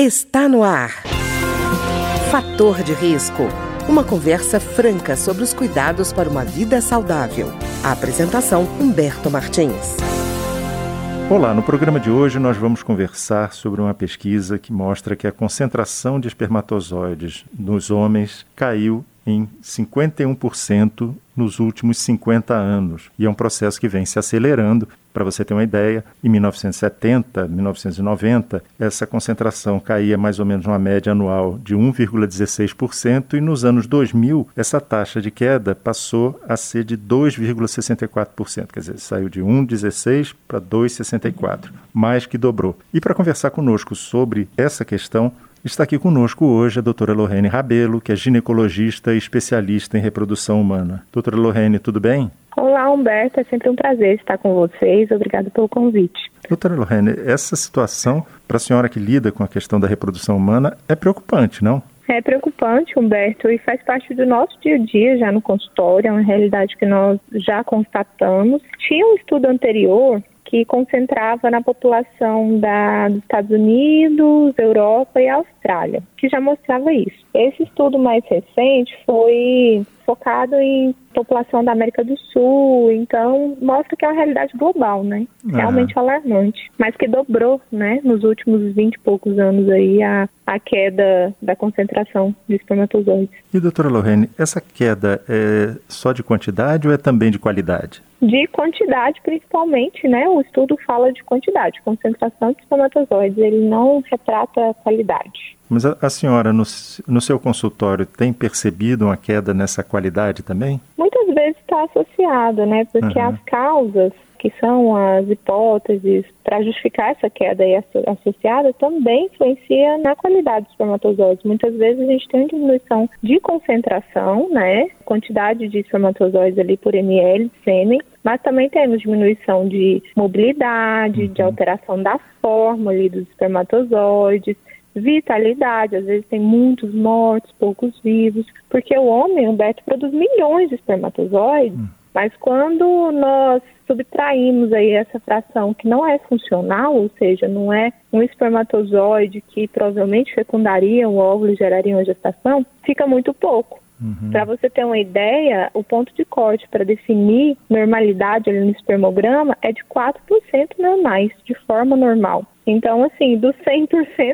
Está no ar. Fator de risco. Uma conversa franca sobre os cuidados para uma vida saudável. A apresentação, Humberto Martins. Olá, no programa de hoje nós vamos conversar sobre uma pesquisa que mostra que a concentração de espermatozoides nos homens caiu em 51% nos últimos 50 anos. E é um processo que vem se acelerando. Para você ter uma ideia, em 1970, 1990, essa concentração caía mais ou menos uma média anual de 1,16% e nos anos 2000, essa taxa de queda passou a ser de 2,64%. Quer dizer, saiu de 1,16% para 2,64%, mais que dobrou. E para conversar conosco sobre essa questão, está aqui conosco hoje a doutora Lorraine Rabelo, que é ginecologista e especialista em reprodução humana. Doutora Lorraine, tudo bem? Olá, Humberto, é sempre um prazer estar com vocês. Obrigada pelo convite. Doutora Lorraine, essa situação, para a senhora que lida com a questão da reprodução humana, é preocupante, não? É preocupante, Humberto, e faz parte do nosso dia a dia já no consultório, é uma realidade que nós já constatamos. Tinha um estudo anterior que concentrava na população dos Estados Unidos, Europa e Austrália, que já mostrava isso. Esse estudo mais recente foi focado em população da América do Sul, então mostra que é uma realidade global, né? Realmente alarmante, mas que dobrou, né, nos últimos 20 e poucos anos aí a queda da concentração de espermatozoides. E doutora Lorraine, essa queda é só de quantidade ou é também de qualidade? De quantidade, principalmente, né? O estudo fala de quantidade, concentração de espermatozoides, ele não retrata a qualidade. Mas a senhora, no seu consultório, tem percebido uma queda nessa qualidade também? Muitas vezes está associado, né? Porque as causas, que são as hipóteses para justificar essa queda aí associada, também influencia na qualidade dos espermatozoides. Muitas vezes a gente tem diminuição de concentração, né? Quantidade de espermatozoides ali por ml de sêmen, mas também temos diminuição de mobilidade, de alteração da forma ali dos espermatozoides, vitalidade, às vezes tem muitos mortos, poucos vivos, porque o homem, Humberto, produz milhões de espermatozoides, mas quando nós subtraímos aí essa fração que não é funcional, ou seja, não é um espermatozoide que provavelmente fecundaria um óvulo e geraria uma gestação, fica muito pouco. Para você ter uma ideia, o ponto de corte para definir normalidade ali no espermograma é de 4% normais, de forma normal. Então, assim, dos 100%,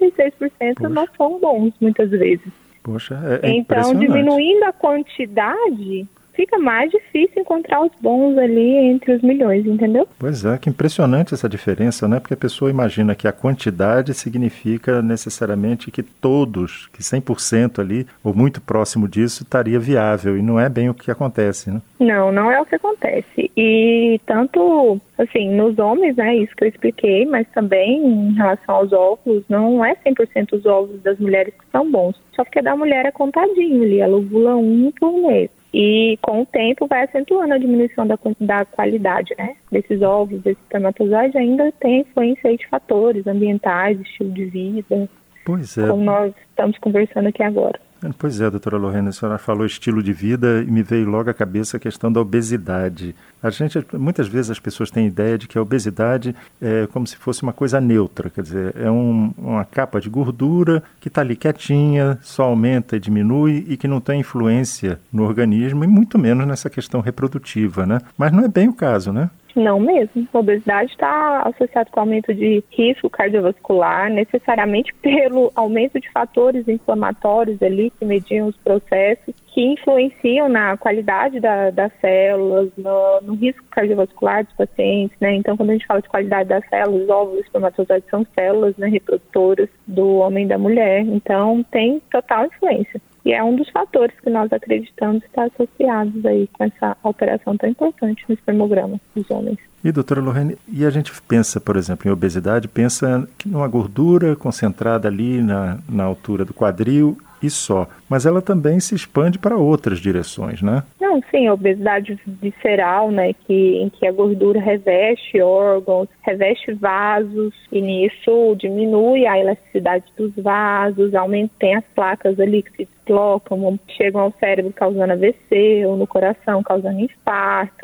96% não são bons, muitas vezes. Poxa, então, diminuindo a quantidade, fica mais difícil encontrar os bons ali entre os milhões, entendeu? Pois é, que impressionante essa diferença, né? Porque a pessoa imagina que a quantidade significa necessariamente que todos, que 100% ali, ou muito próximo disso, estaria viável, e não é bem o que acontece, né? Não é o que acontece. E tanto, assim, nos homens, né, isso que eu expliquei, mas também em relação aos óvulos, não é 100% os óvulos das mulheres que são bons, só porque da mulher é contadinho ali, ela ovula 1 por mês. E com o tempo vai acentuando a diminuição da qualidade, né, desses óvulos, desses espermatozoides. Ainda tem influência aí de fatores ambientais, estilo de vida, como nós estamos conversando aqui agora. Pois é, doutora Lorraine, a senhora falou estilo de vida e me veio logo à cabeça a questão da obesidade. Muitas vezes as pessoas têm a ideia de que a obesidade é como se fosse uma coisa neutra, quer dizer, é uma capa de gordura que está ali quietinha, só aumenta e diminui e que não tem influência no organismo e muito menos nessa questão reprodutiva, né? Mas não é bem o caso, né? Não mesmo. A obesidade está associada com aumento de risco cardiovascular, necessariamente pelo aumento de fatores inflamatórios ali que mediam os processos, que influenciam na qualidade das células, no risco cardiovascular dos pacientes, né? Então, quando a gente fala de qualidade das células, os óvulos e espermatozoides são células, né, reprodutoras do homem e da mulher. Então, tem total influência. E é um dos fatores que nós acreditamos estar associados aí com essa alteração tão importante no espermograma dos homens. E, doutora Lorraine, e a gente pensa, por exemplo, em obesidade, pensa numa gordura concentrada ali na altura do quadril e só. Mas ela também se expande para outras direções, né? Não, sim, a obesidade visceral, né, em que a gordura reveste órgãos, reveste vasos, e nisso diminui a elasticidade dos vasos, tem as placas ali que se deslocam, chegam ao cérebro causando AVC, ou no coração causando infarto.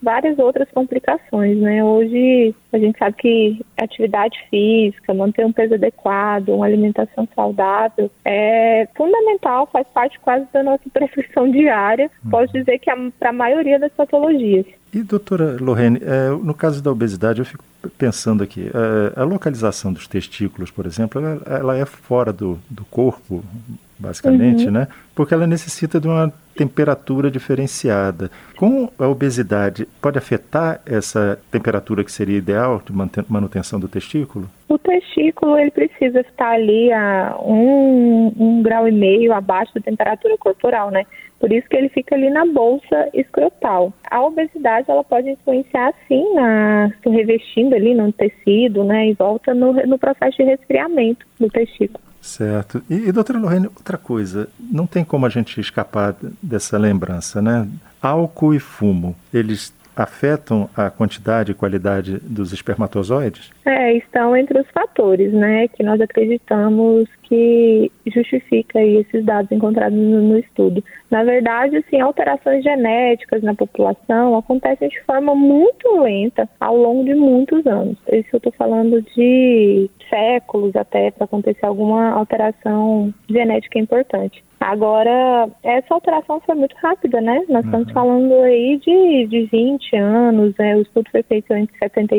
várias outras complicações, né? Hoje a gente sabe que atividade física, manter um peso adequado, uma alimentação saudável é fundamental, faz parte quase da nossa prescrição diária, posso dizer que para a maioria das patologias. E, doutora Lorraine, no caso da obesidade, eu fico pensando aqui, a localização dos testículos, por exemplo, ela é fora do corpo, basicamente, né? Porque ela necessita de uma temperatura diferenciada. Com a obesidade, pode afetar essa temperatura que seria ideal de manutenção do testículo? O testículo, ele precisa estar ali a 1,5 graus abaixo da temperatura corporal, né? Por isso que ele fica ali na bolsa escrotal. A obesidade, ela pode influenciar, sim, revestindo ali no tecido, né? E volta no processo de resfriamento do testículo. Certo. E doutora Lorraine, outra coisa, não tem como a gente escapar dessa lembrança, né? Álcool e fumo, eles afetam a quantidade e qualidade dos espermatozoides? Estão entre os fatores, né, que nós acreditamos que justifica aí esses dados encontrados no estudo. Na verdade, assim, alterações genéticas na população acontecem de forma muito lenta ao longo de muitos anos. Isso eu estou falando de séculos até para acontecer alguma alteração genética importante. Agora, essa alteração foi muito rápida, né? Nós estamos falando aí de 20 anos, né? O estudo foi feito entre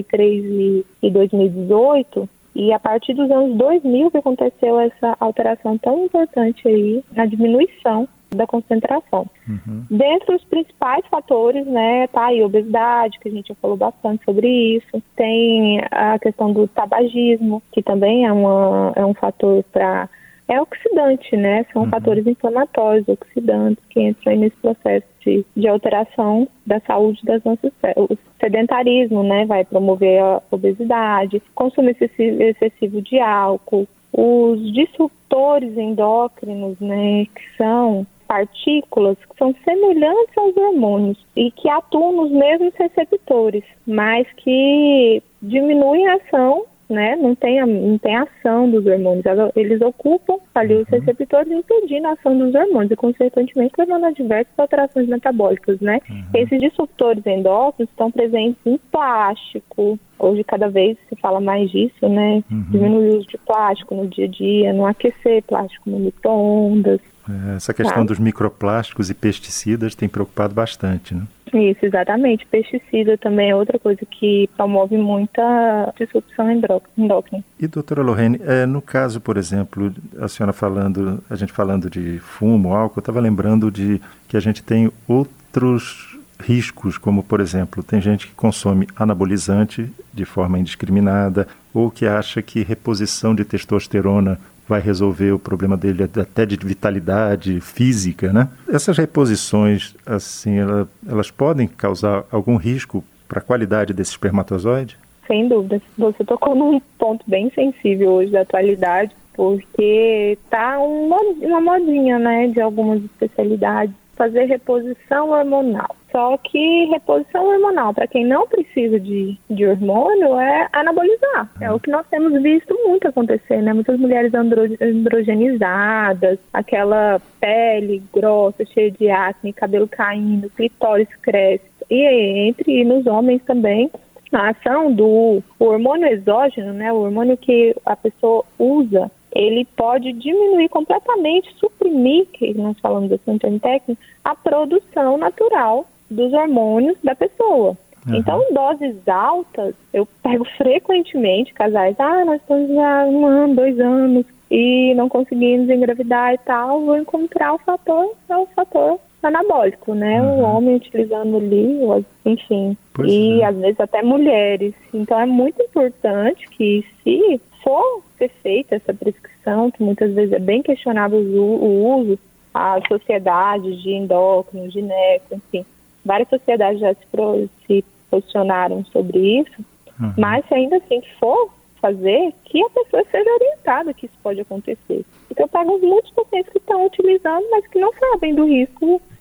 73 e 2018, e a partir dos anos 2000 que aconteceu essa alteração tão importante aí na diminuição da concentração. Dentre os principais fatores, né, tá aí a obesidade, que a gente já falou bastante sobre isso, tem a questão do tabagismo, que também é um fator para... É oxidante, né? São fatores inflamatórios, oxidantes, que entram aí nesse processo de alteração da saúde das nossas células. O sedentarismo, né? Vai promover a obesidade, consumo excessivo de álcool, os disruptores endócrinos, né? Que são partículas que são semelhantes aos hormônios e que atuam nos mesmos receptores, mas que diminuem a ação, né? Não tem ação dos hormônios. Eles ocupam ali os receptores, impedindo a ação dos hormônios e, consequentemente, levando a diversas alterações metabólicas, né? Esses disruptores endócrinos estão presentes em plástico. Hoje, cada vez se fala mais disso, né? Diminuir o uso de plástico no dia a dia, não aquecer plástico no micro-ondas. Essa questão dos microplásticos e pesticidas tem preocupado bastante, né? Isso, exatamente. Pesticida também é outra coisa que promove muita disrupção endócrina. E, doutora Lorraine, no caso, por exemplo, a gente falando de fumo, álcool, eu estava lembrando de que a gente tem outros riscos, como, por exemplo, tem gente que consome anabolizante de forma indiscriminada ou que acha que reposição de testosterona vai resolver o problema dele até de vitalidade física, né? Essas reposições, assim, elas podem causar algum risco para a qualidade desse espermatozoide? Sem dúvida. Você tocou num ponto bem sensível hoje da atualidade, porque tá uma modinha, né, de algumas especialidades, fazer reposição hormonal. Só que reposição hormonal, para quem não precisa de hormônio, é anabolizar. É o que nós temos visto muito acontecer, né? Muitas mulheres androgenizadas, aquela pele grossa, cheia de acne, cabelo caindo, clitóris cresce. E nos homens também, a ação do hormônio exógeno, né? O hormônio que a pessoa usa, ele pode diminuir completamente, suprimir, que nós falamos assim em termo técnico, a produção natural dos hormônios da pessoa. Então, em doses altas, eu pego frequentemente casais, nós estamos há 1 ano, 2 anos e não conseguimos engravidar e tal, vou encontrar o fator anabólico, né? O homem utilizando ali, enfim, às vezes até mulheres. Então, é muito importante que, se for ser feita essa prescrição, que muitas vezes é bem questionável o uso, as sociedades de endócrino, gineco, enfim, várias sociedades já se posicionaram sobre isso, mas se ainda assim for fazer, que a pessoa seja orientada que isso pode acontecer. Então eu pego muitos pacientes que estão utilizando, mas que não sabem do risco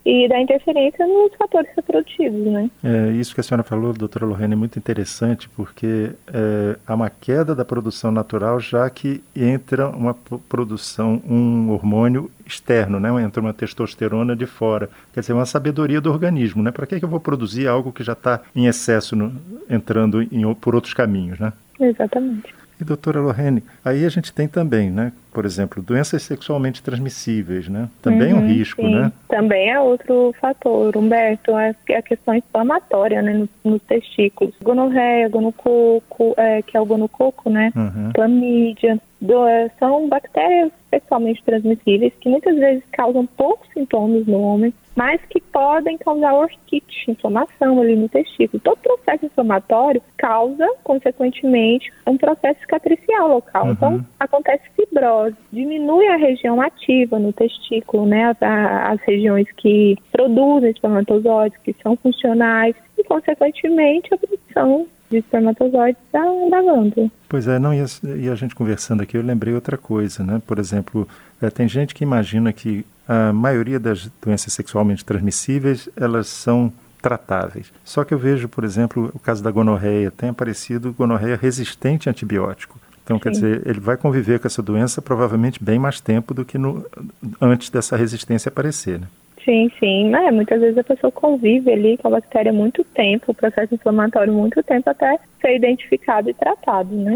e da interferência nos fatores reprodutivos, né? Isso que a senhora falou, doutora Lorraine, é muito interessante, porque há uma queda da produção natural, já que entra uma produção, um hormônio externo, né? Entra uma testosterona de fora. Quer dizer, uma sabedoria do organismo, né? Para que eu vou produzir algo que já está em excesso, entrando por outros caminhos, né? Exatamente. E, doutora Lorraine, aí a gente tem também, né, por exemplo, doenças sexualmente transmissíveis, né? Também é um risco, sim. né? Também é outro fator, Humberto, é a questão inflamatória, né, nos testículos. Gonorreia, gonococo, que é o gonococo, né? Clamídia, são bactérias sexualmente transmissíveis que muitas vezes causam poucos sintomas no homem, mas que podem causar orquite, inflamação ali no testículo. Todo processo inflamatório causa, consequentemente, um processo cicatricial local. Então, acontece fibrose, diminui a região ativa no testículo, né, as regiões que produzem espermatozoides, que são funcionais, e, consequentemente, a produção de espermatozoides da glândula. Pois é, não, e a gente conversando aqui, eu lembrei outra coisa, né? Por exemplo, tem gente que imagina que a maioria das doenças sexualmente transmissíveis, elas são tratáveis. Só que eu vejo, por exemplo, o caso da gonorreia, tem aparecido gonorreia resistente a antibiótico. Então, quer dizer, ele vai conviver com essa doença provavelmente bem mais tempo do que antes dessa resistência aparecer, né? Sim. Muitas vezes a pessoa convive ali com a bactéria muito tempo, o processo inflamatório muito tempo, até ser identificado e tratado, né?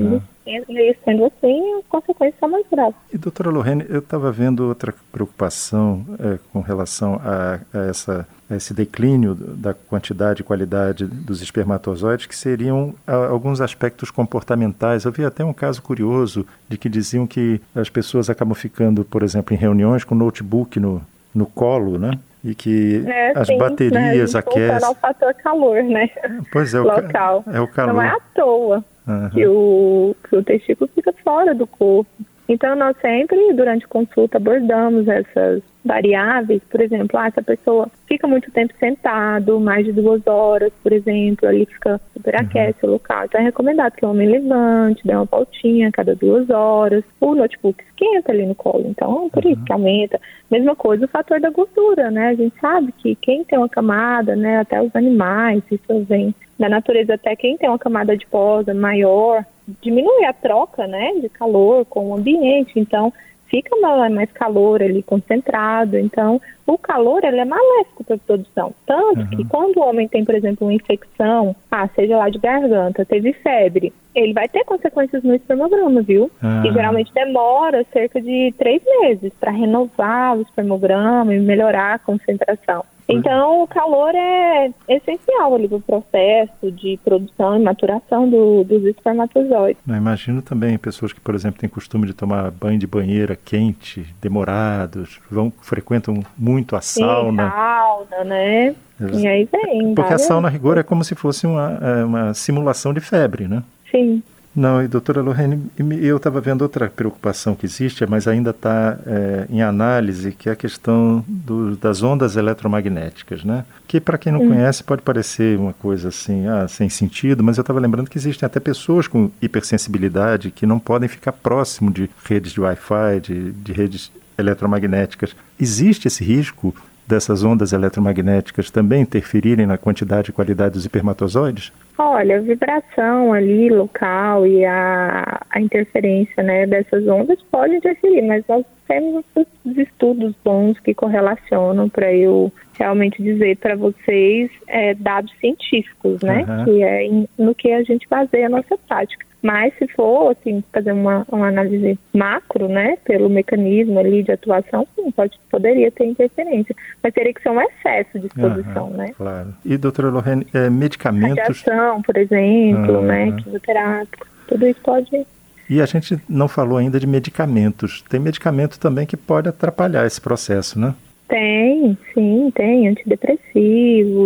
E sendo assim, as consequências são mais graves. E, doutora Lorraine, eu estava vendo outra preocupação com relação a esse declínio da quantidade e qualidade dos espermatozoides, que seriam alguns aspectos comportamentais. Eu vi até um caso curioso de que diziam que as pessoas acabam ficando, por exemplo, em reuniões com notebook no colo, né? E que as baterias aquecem. Ao fator calor, né? Pois é, local. É o calor. Não é à toa que o testículo fica fora do corpo. Então, nós sempre, durante consulta, abordamos essas variáveis. Por exemplo, se a pessoa fica muito tempo sentado, mais de 2 horas, por exemplo, ali fica superaquece o local. Então, é recomendado que o homem levante, dê uma voltinha a cada 2 horas. O notebook esquenta ali no colo, então, por isso que aumenta. Mesma coisa o fator da gordura, né? A gente sabe que quem tem uma camada, né, até os animais, isso vem da natureza, até quem tem uma camada adiposa maior, diminui a troca, né, de calor com o ambiente, então fica mais calor ali concentrado. Então, o calor ele é maléfico para a produção. Tanto que quando o homem tem, por exemplo, uma infecção, seja lá de garganta, teve febre, ele vai ter consequências no espermograma, viu? E geralmente demora cerca de 3 meses para renovar o espermograma e melhorar a concentração. Então, o calor é essencial ali para o processo de produção e maturação dos espermatozoides. Eu imagino também pessoas que, por exemplo, têm costume de tomar banho de banheira quente, demorados, frequentam muito a sauna. Sauna, né? E aí vem. Porque a sauna, a rigor, é como se fosse uma simulação de febre, né? Sim. Não, e doutora Lorraine, eu estava vendo outra preocupação que existe, mas ainda está em análise, que é a questão das ondas eletromagnéticas, né? Que, para quem não conhece, pode parecer uma coisa assim, sem sentido, mas eu estava lembrando que existem até pessoas com hipersensibilidade que não podem ficar próximo de redes de Wi-Fi, de redes eletromagnéticas. Existe esse risco dessas ondas eletromagnéticas também interferirem na quantidade e qualidade dos espermatozoides? Olha, a vibração ali local e a interferência, né, dessas ondas pode interferir, mas nós temos os estudos bons que correlacionam para eu realmente dizer para vocês dados científicos, né, que é no que a gente baseia a nossa prática. Mas se for, assim, fazer uma análise macro, né, pelo mecanismo ali de atuação, sim, poderia ter interferência. Mas teria que ser um excesso de exposição, né? Claro. E, doutora Lorraine, medicamentos... Radiação, por exemplo, né, quimioterápico, tudo isso pode... E a gente não falou ainda de medicamentos. Tem medicamento também que pode atrapalhar esse processo, né? Tem, sim, tem antidepressivos,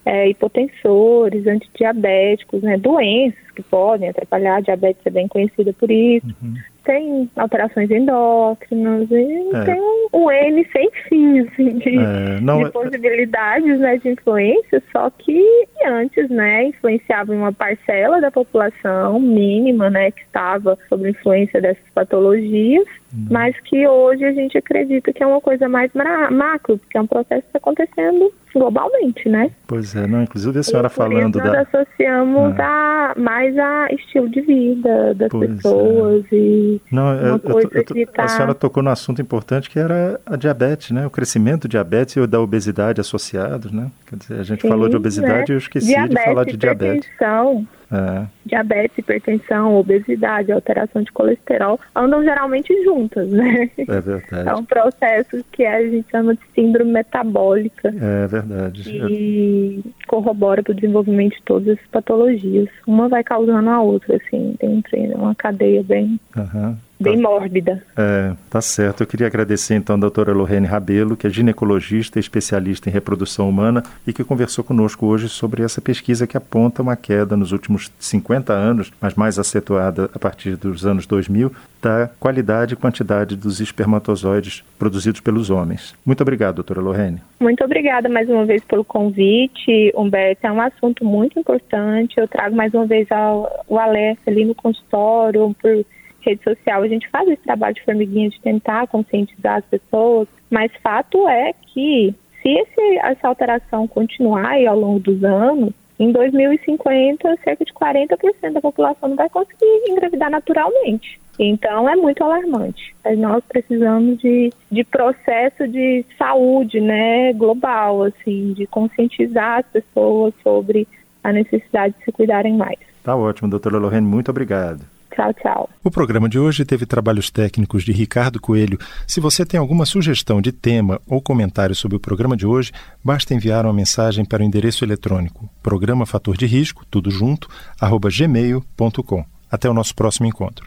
hipotensores, antidiabéticos, né, doenças que podem atrapalhar. A diabetes é bem conhecida por isso. Tem alterações endócrinas e tem um N sem fim, assim, de possibilidades, né, de influência, só que antes, né, influenciava em uma parcela da população mínima, né, que estava sob influência dessas patologias, mas que hoje a gente acredita que é uma coisa mais macro, porque é um processo que está acontecendo globalmente, né? Pois é, não, inclusive a senhora falando nós associamos mais a estilo de vida das pessoas e a senhora tocou no assunto importante que era a diabetes, né? O crescimento do diabetes e da obesidade associados, né? Quer dizer, a gente falou de obesidade e eu esqueci de falar de diabetes. Diabetes, hipertensão, obesidade, alteração de colesterol andam geralmente juntas, né? É verdade. É um processo que a gente chama de síndrome metabólica. É verdade. E corrobora para o desenvolvimento de todas as patologias. Uma vai causando a outra, assim, tem uma cadeia bem mórbida. Tá certo. Eu queria agradecer então a doutora Lorraine Rabelo, que é ginecologista e especialista em reprodução humana e que conversou conosco hoje sobre essa pesquisa que aponta uma queda nos últimos 50 anos, mas mais acentuada a partir dos anos 2000, da qualidade e quantidade dos espermatozoides produzidos pelos homens. Muito obrigado, doutora Lorraine. Muito obrigada mais uma vez pelo convite, Humberto. É um assunto muito importante. Eu trago mais uma vez o alerta ali no consultório, por rede social. A gente faz esse trabalho de formiguinha de tentar conscientizar as pessoas, mas fato é que se essa alteração continuar aí ao longo dos anos, em 2050, cerca de 40% da população não vai conseguir engravidar naturalmente. Então, é muito alarmante. Nós precisamos de processo de saúde, né, global, assim, de conscientizar as pessoas sobre a necessidade de se cuidarem mais. Tá ótimo, doutora Lorraine, muito obrigado. Tchau, tchau. O programa de hoje teve trabalhos técnicos de Ricardo Coelho. Se você tem alguma sugestão de tema ou comentário sobre o programa de hoje, basta enviar uma mensagem para o endereço eletrônico programa fator de risco, tudo junto, @gmail.com. Até o nosso próximo encontro.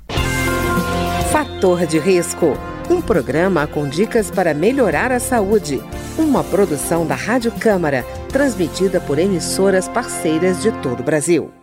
Fator de Risco, um programa com dicas para melhorar a saúde. Uma produção da Rádio Câmara, transmitida por emissoras parceiras de todo o Brasil.